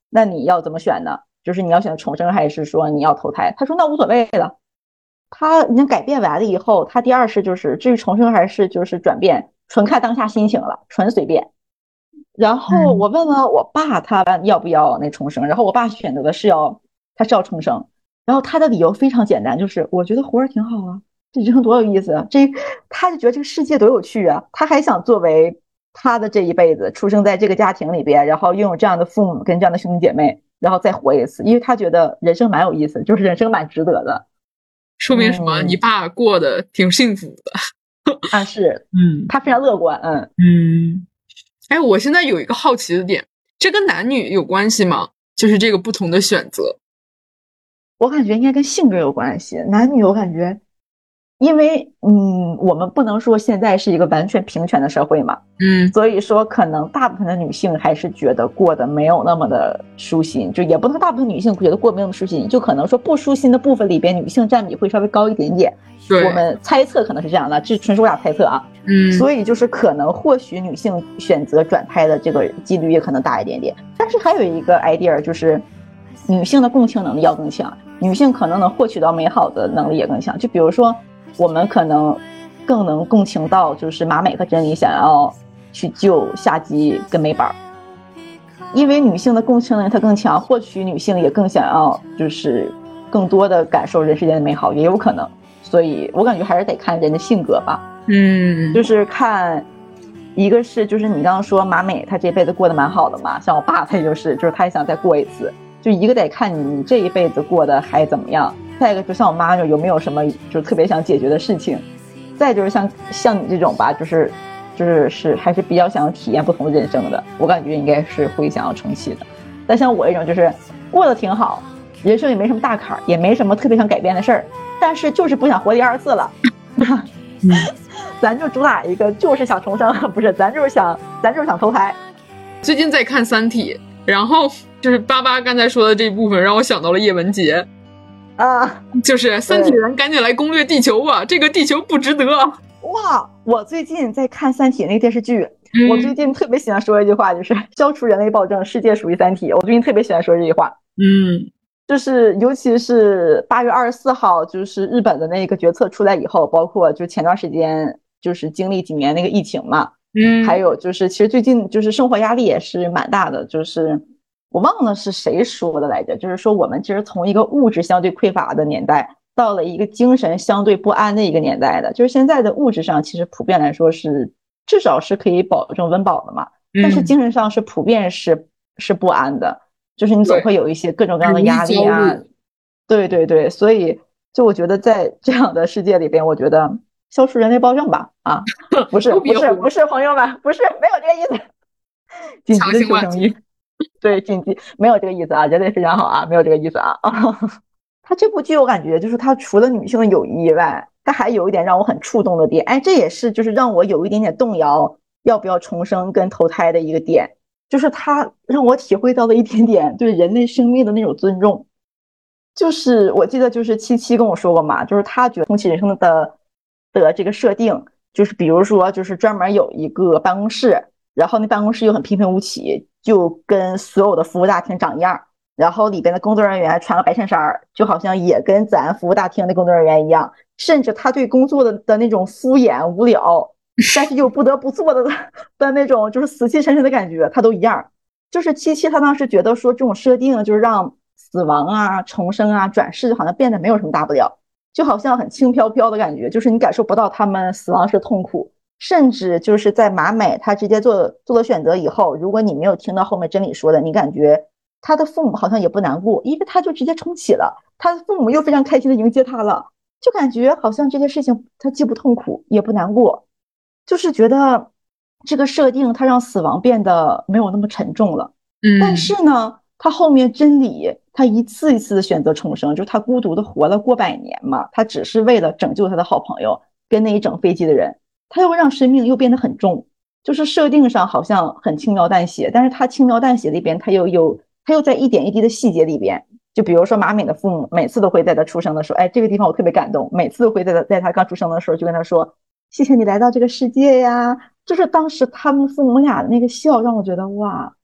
那你要怎么选呢？就是你要选重生还是说你要投胎？他说那无所谓了。他已经改变完了以后，他第二是就是至于重生还是就是转变，纯看当下心情了，纯随便。然后我问了我爸他要不要那重生，然后我爸选择的是他是要重生，然后他的理由非常简单，就是我觉得活着挺好啊，这人生多有意思啊，他就觉得这个世界多有趣啊，他还想作为他的这一辈子出生在这个家庭里边，然后拥有这样的父母跟这样的兄弟姐妹，然后再活一次，因为他觉得人生蛮有意思，就是人生蛮值得的。 说明什么？你爸过得挺幸福的。 啊，是，他非常乐观， 哎，我现在有一个好奇的点，这跟男女有关系吗？就是这个不同的选择。 我感觉应该跟性格有关系，男女我感觉，因为我们不能说现在是一个完全平权的社会嘛，所以说可能大部分的女性还是觉得过得没有那么的舒心，就也不能大部分女性觉得过没有那么舒心，就可能说不舒心的部分里边女性占比会稍微高一点点。 对， 我们猜测可能是这样的，这纯属我俩猜测啊。所以就是可能或许女性选择转胎的这个几率也可能大一点点，但是还有一个 idea 就是女性的共情能力要更强，女性可能能获取到美好的能力也更强。就比如说我们可能更能共情到就是马美和珍妮想要去救夏姬跟美宝，因为女性的共情能力她更强，或许女性也更想要就是更多的感受人世间的美好，也有可能。所以我感觉还是得看人的性格吧。就是看一个是就是你刚刚说马美她这辈子过得蛮好的嘛，像我爸他就是他也想再过一次，就一个得看你这一辈子过得还怎么样，再一个就像我妈有没有什么就特别想解决的事情，再就是像你这种吧，就是还是比较想要体验不同的人生的，我感觉应该是会想要重启的。但像我这种就是过得挺好，人生也没什么大坎，也没什么特别想改变的事儿，但是就是不想活第二次了。咱就主打一个就是想重生，不是咱就是想投胎。 最近在看《三体》，然后就是巴巴刚才说的这一部分让我想到了叶文洁啊， 就是三体人赶紧来攻略地球吧，这个地球不值得。 哇，我最近在看《三体》那个电视剧，我最近特别喜欢说一句话，就是消除人类暴政，世界属于三体。我最近特别喜欢说这句话。就是尤其是8月24号，就是日本的那个决策出来以后，包括就前段时间就是经历几年那个疫情嘛，还有就是其实最近就是生活压力也是蛮大的，就是我忘了是谁说的来着，就是说我们其实从一个物质相对匮乏的年代到了一个精神相对不安的一个年代的，就是现在的物质上其实普遍来说是至少是可以保证温饱的嘛，但是精神上是普遍是不安的，就是你总会有一些各种各样的压力啊。对，所以就我觉得在这样的世界里边，我觉得消除人类暴政吧，啊，不是朋友们，不是没有这个意思，紧急的求生欲，对，紧急没有这个意思啊，人类非常好啊，没有这个意思啊。他这部剧我感觉就是他除了女性的友谊以外，他还有一点让我很触动的点，哎，这也是就是让我有一点点动摇要不要重生跟投胎的一个点，就是他让我体会到了一点点对人类生命的那种尊重。就是我记得就是77跟我说过嘛，就是他觉得重启人生的这个设定，就是比如说就是专门有一个办公室，然后那办公室又很平平无奇，就跟所有的服务大厅长一样，然后里边的工作人员穿个白衬衫，就好像也跟咱服务大厅的工作人员一样，甚至他对工作的那种敷衍无聊，但是又不得不做的那种就是死气沉沉的感觉，他都一样。就是77他当时觉得说这种设定就是让死亡啊、重生啊、转世好像变得没有什么大不了，就好像很轻飘飘的感觉，就是你感受不到他们死亡时痛苦，甚至就是在马美他直接做了选择以后，如果你没有听到后面真理说的，你感觉他的父母好像也不难过，因为他就直接重启了，他的父母又非常开心的迎接他了，就感觉好像这件事情他既不痛苦也不难过，就是觉得这个设定他让死亡变得没有那么沉重了。但是呢他后面真理他一次一次的选择重生，就是他孤独的活了过100年嘛，他只是为了拯救他的好朋友跟那一整飞机的人，他又让生命又变得很重，就是设定上好像很轻描淡写，但是他轻描淡写里边他又在一点一滴的细节里边，就比如说马美的父母每次都会在他出生的时候，哎，这个地方我特别感动，每次都会在他刚出生的时候就跟他说谢谢你来到这个世界呀，就是当时他们父母俩的那个笑让我觉得哇，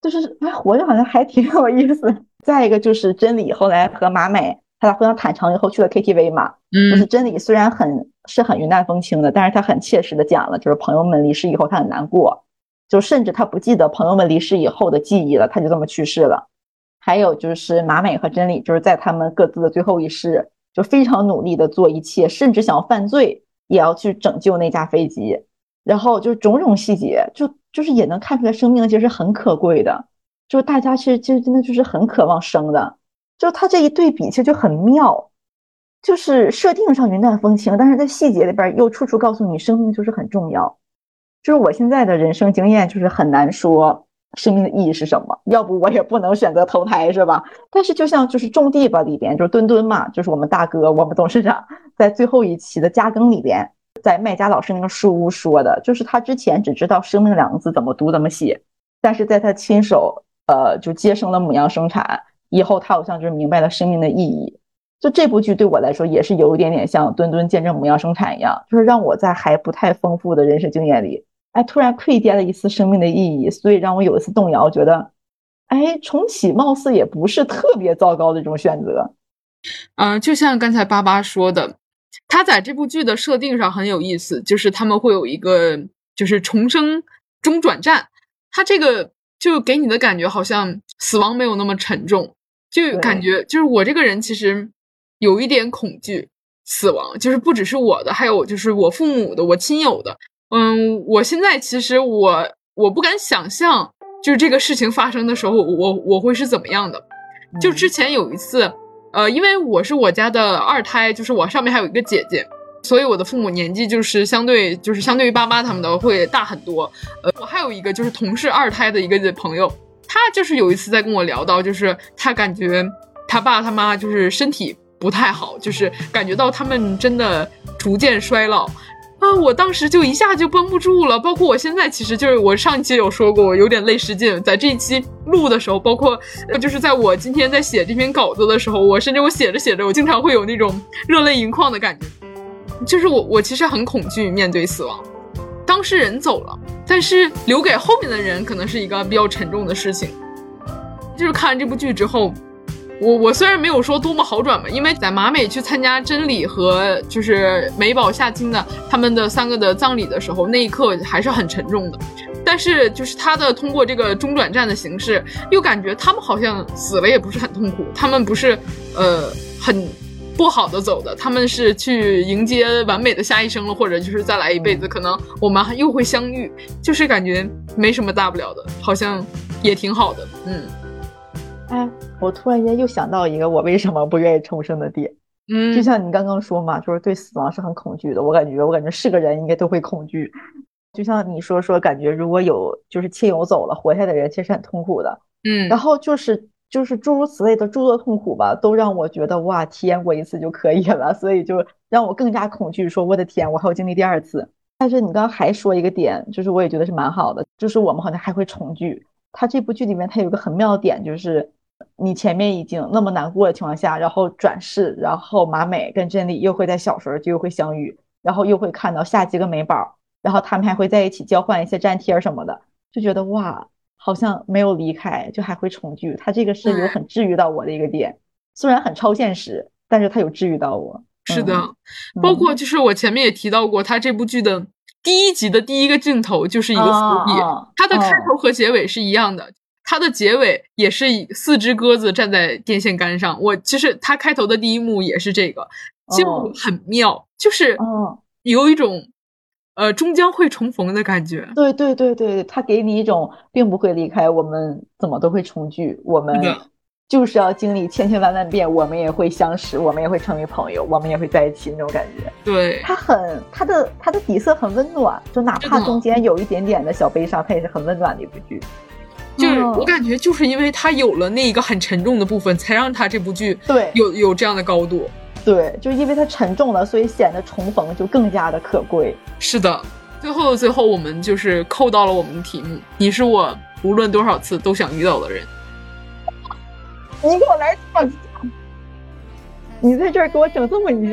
就是活着好像还挺有意思。再一个就是真理后来和马美他俩互相坦诚以后去了 KTV 嘛，就是真理虽然很云淡风轻的，但是他很切实的讲了，就是朋友们离世以后他很难过，就甚至他不记得朋友们离世以后的记忆了，他就这么去世了。还有就是马美和真理就是在他们各自的最后一世就非常努力的做一切，甚至想要犯罪也要去拯救那架飞机，然后就种种细节就是也能看出来生命其实是很可贵的，就是大家其实真的就是很渴望生的，就他这一对比其实就很妙，就是设定上云淡风轻，但是在细节里边又处处告诉你生命就是很重要。就是我现在的人生经验就是很难说生命的意义是什么，要不我也不能选择投胎是吧？但是就像就是种地吧里边就是墩墩嘛，就是我们大哥我们董事长在最后一期的加更里边，在麦家老师那个书屋说的，就是他之前只知道生命两个字怎么读怎么写，但是在他亲手就接生了母羊生产以后，他好像就是明白了生命的意义。就这部剧对我来说也是有一点点像墩墩见证母羊生产一样，就是让我在还不太丰富的人生经验里突然窥见了一丝生命的意义，所以让我有一次动摇，觉得重启貌似也不是特别糟糕的一种选择。 就像刚才巴巴说的，他在这部剧的设定上很有意思，就是他们会有一个就是重生中转站，他这个就给你的感觉好像死亡没有那么沉重，就感觉就是我这个人其实有一点恐惧死亡，就是不只是我的，还有就是我父母的，我亲友的。我现在其实我不敢想象就是这个事情发生的时候我会是怎么样的。就之前有一次因为我是我家的二胎，就是我上面还有一个姐姐，所以我的父母年纪就是相对于爸爸他们的会大很多。我还有一个就是同是二胎的一个朋友，他就是有一次在跟我聊到，就是他感觉他爸他妈就是身体不太好，就是感觉到他们真的逐渐衰老我当时就一下就绷不住了。包括我现在其实就是我上一期有说过我有点泪失禁，在这一期录的时候，包括就是在我今天在写这篇稿子的时候，我甚至我写着写着我经常会有那种热泪盈眶的感觉，就是我其实很恐惧面对死亡。当事人走了，但是留给后面的人可能是一个比较沉重的事情。就是看完这部剧之后，我虽然没有说多么好转吧，因为在马美去参加真理和就是美宝夏青的他们的3个的葬礼的时候，那一刻还是很沉重的。但是就是他的通过这个中转站的形式，又感觉他们好像死了也不是很痛苦，他们不是很不好的走的，他们是去迎接完美的下一生了，或者就是再来一辈子，可能我们又会相遇，就是感觉没什么大不了的，好像也挺好的。 我突然间又想到一个我为什么不愿意重生的点。就像你刚刚说嘛，就是对死亡是很恐惧的，我感觉是个人应该都会恐惧。就像你说感觉如果有就是亲友走了，活下的人其实很痛苦的。然后就是诸如此类的诸多痛苦吧，都让我觉得哇，体验过一次就可以了，所以就让我更加恐惧，说我的天，我还要经历第二次。但是你刚刚还说一个点，就是我也觉得是蛮好的，就是我们好像还会重聚。他这部剧里面他有一个很妙的点，就是你前面已经那么难过的情况下，然后转世，然后马美跟真理又会在小时候就又会相遇，然后又会看到夏姬跟美宝，然后他们还会在一起交换一些粘贴什么的，就觉得哇，好像没有离开，就还会重聚。他这个是有很治愈到我的一个点，虽然很超现实，但是他有治愈到我。 是的，包括就是我前面也提到过，他这部剧的第一集的第一个镜头就是一个伏笔，它的开头和结尾是一样的。它的结尾也是4只鸽子站在电线杆上，其实它开头的第一幕也是这个，就很妙，就是有一种终将会重逢的感觉。 对对对对，它给你一种并不会离开，我们怎么都会重聚，我们就是要经历千千万万遍，我们也会相识，我们也会成为朋友，我们也会在一起那种感觉。 对， 它的底色很温暖，就哪怕中间有一点点的小悲伤，它也是很温暖的一部剧。 就是我感觉就是因为它有了那一个很沉重的部分，才让它这部剧有这样的高度。 对，就因为它沉重了，所以显得重逢就更加的可贵。 是的，最后我们就是扣到了我们的题目，你是我无论多少次都想遇到的人。 你给我来吵架，你在这儿给我整这么一下，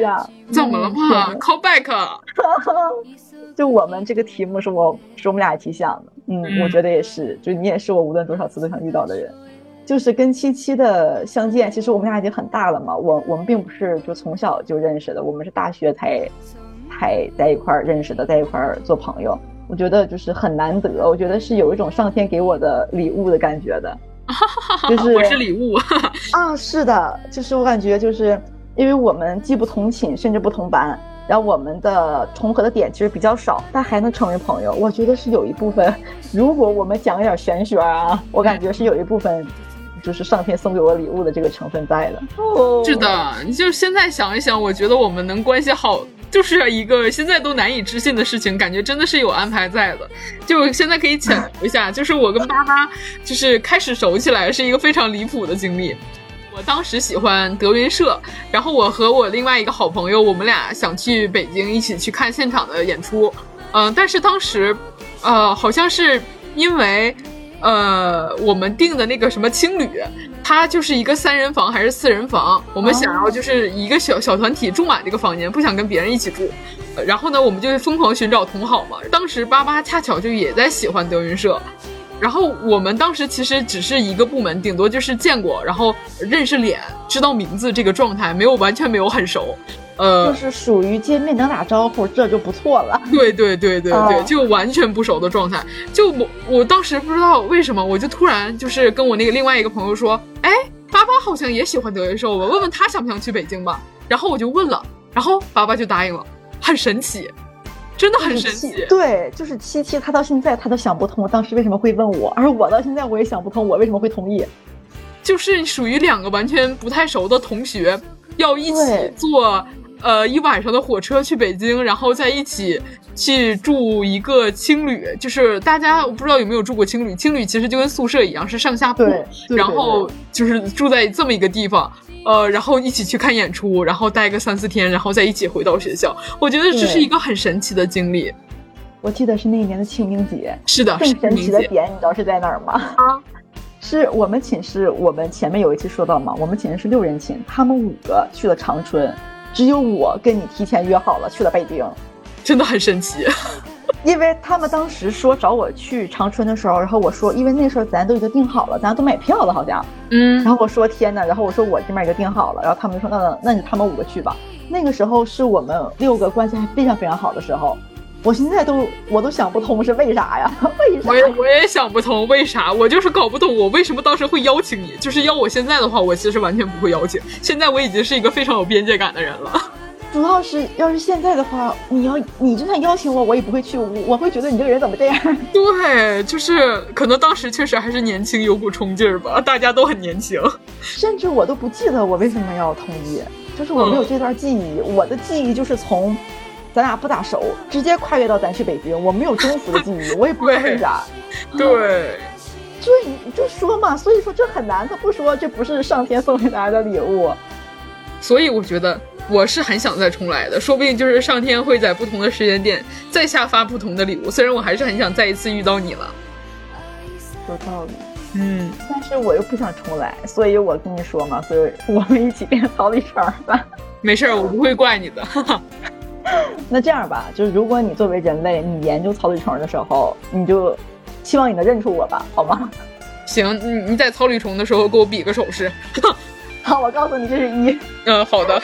怎么了嘛？Call back。 就我们这个题目是我们俩一起想的，我觉得也是，就你也是我无论多少次都想遇到的人。就是跟七七的相见，其实我们俩已经很大了嘛，我们并不是就从小就认识的，我们是大学才在一块儿认识的，在一块儿做朋友。我觉得就是很难得，我觉得是有一种上天给我的礼物的感觉的。就是我是礼物啊，是的，就是我感觉就是因为我们既不同寝，甚至不同班，然后我们的重合的点其实比较少，但还能成为朋友。我觉得是有一部分，如果我们讲一点玄学啊，我感觉是有一部分就是上天送给我礼物的这个成分在的。 是的，你就现在想一想，我觉得我们能关系好，就是一个现在都难以置信的事情，感觉真的是有安排在的。就现在可以浅聊一下，就是我跟爸妈就是开始熟起来是一个非常离谱的经历。我当时喜欢德云社，然后我和我另外一个好朋友，我们俩想去北京一起去看现场的演出。但是当时好像是因为我们订的那个什么青旅，它就是一个3人房还是4人房，我们想要就是一个小团体住满这个房间，不想跟别人一起住。然后呢，我们就疯狂寻找同好嘛。当时爸爸恰巧就也在喜欢德云社，然后我们当时其实只是一个部门，顶多就是见过，然后认识脸，知道名字这个状态，完全没有很熟。 就是属于见面能打招呼，这就不错了。 对，就完全不熟的状态。就我当时不知道为什么，我就突然就是跟我那个另外一个朋友说，哎，爸爸好像也喜欢德云社，我问问他想不想去北京吧。然后我就问了，然后爸爸就答应了，很神奇。真的很神奇。 对，就是七七他到现在他都想不通当时为什么会问我，而我到现在我也想不通我为什么会同意。 就是属于2个完全不太熟的同学要一起坐一晚上的火车去北京，然后再一起去住一个青旅。就是大家我不知道有没有住过青旅，青旅其实就跟宿舍一样是上下铺，然后就是住在这么一个地方。然后一起去看演出，然后待个3-4天，然后再一起回到学校。我觉得这是一个很神奇的经历。 我记得是那一年的清明节。 是的， 更神奇的点你知道是在哪儿吗？是我们寝室，我们前面有一期说到嘛，我们寝室是6人寝，他们5个去了长春，只有我跟你提前约好了去了北京， 真的很神奇。 因为他们当时说找我去长春的时候，然后我说因为那时候咱都已经订好了，咱都买票了好像，然后我说天哪，然后我说我这边已经订好了，然后他们就说那就他们5个去吧。那个时候是我们6个关系还非常非常好的时候，我现在我都想不通是为啥呀？为啥？ 我也想不通为啥，我就是搞不懂我为什么当时会邀请你。就是要我现在的话，我其实完全不会邀请。现在我已经是一个非常有边界感的人了。 主要是要是现在的话，你就算邀请我也不会去，我会觉得你这个人怎么这样。 对，就是可能当时确实还是年轻有股冲劲儿吧，大家都很年轻。 甚至我都不记得我为什么要同意，就是我没有这段记忆，我的记忆就是从咱俩不咋熟直接跨越到咱去北京，我没有征服的记忆，我也不知道为啥。 对， 所以你就说嘛，所以说这很难，他不说这不是上天送给大家的礼物。 所以我觉得我是很想再重来的，说不定就是上天会在不同的时间点再下发不同的礼物。虽然我还是很想再一次遇到你了。 有道理。但是我又不想重来，所以我跟你说嘛，所以我们一起变草履虫吧。 没事，我不会怪你的。 那这样吧，就是如果你作为人类，你研究草履虫的时候，你就希望你能认出我吧，好吗？ 行，你在草履虫的时候给我比个手势。 好，我告诉你这是1。 好的。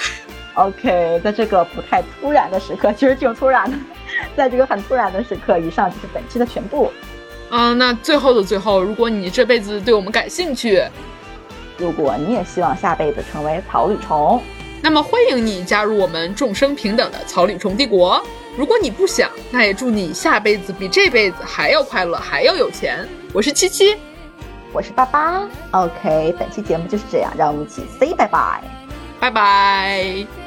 OK， 在这个不太突然的时刻，其实挺突然的，在这个很突然的时刻，以上就是本期的全部。 那最后的最后，如果你这辈子对我们感兴趣， 如果你也希望下辈子成为草履虫， 那么欢迎你加入我们众生平等的草履虫帝国。如果你不想，那也祝你下辈子比这辈子还要快乐，还要有钱。我是七七， 我是巴巴。OK， 本期节目就是这样，让我们一起 say 拜拜， 拜拜。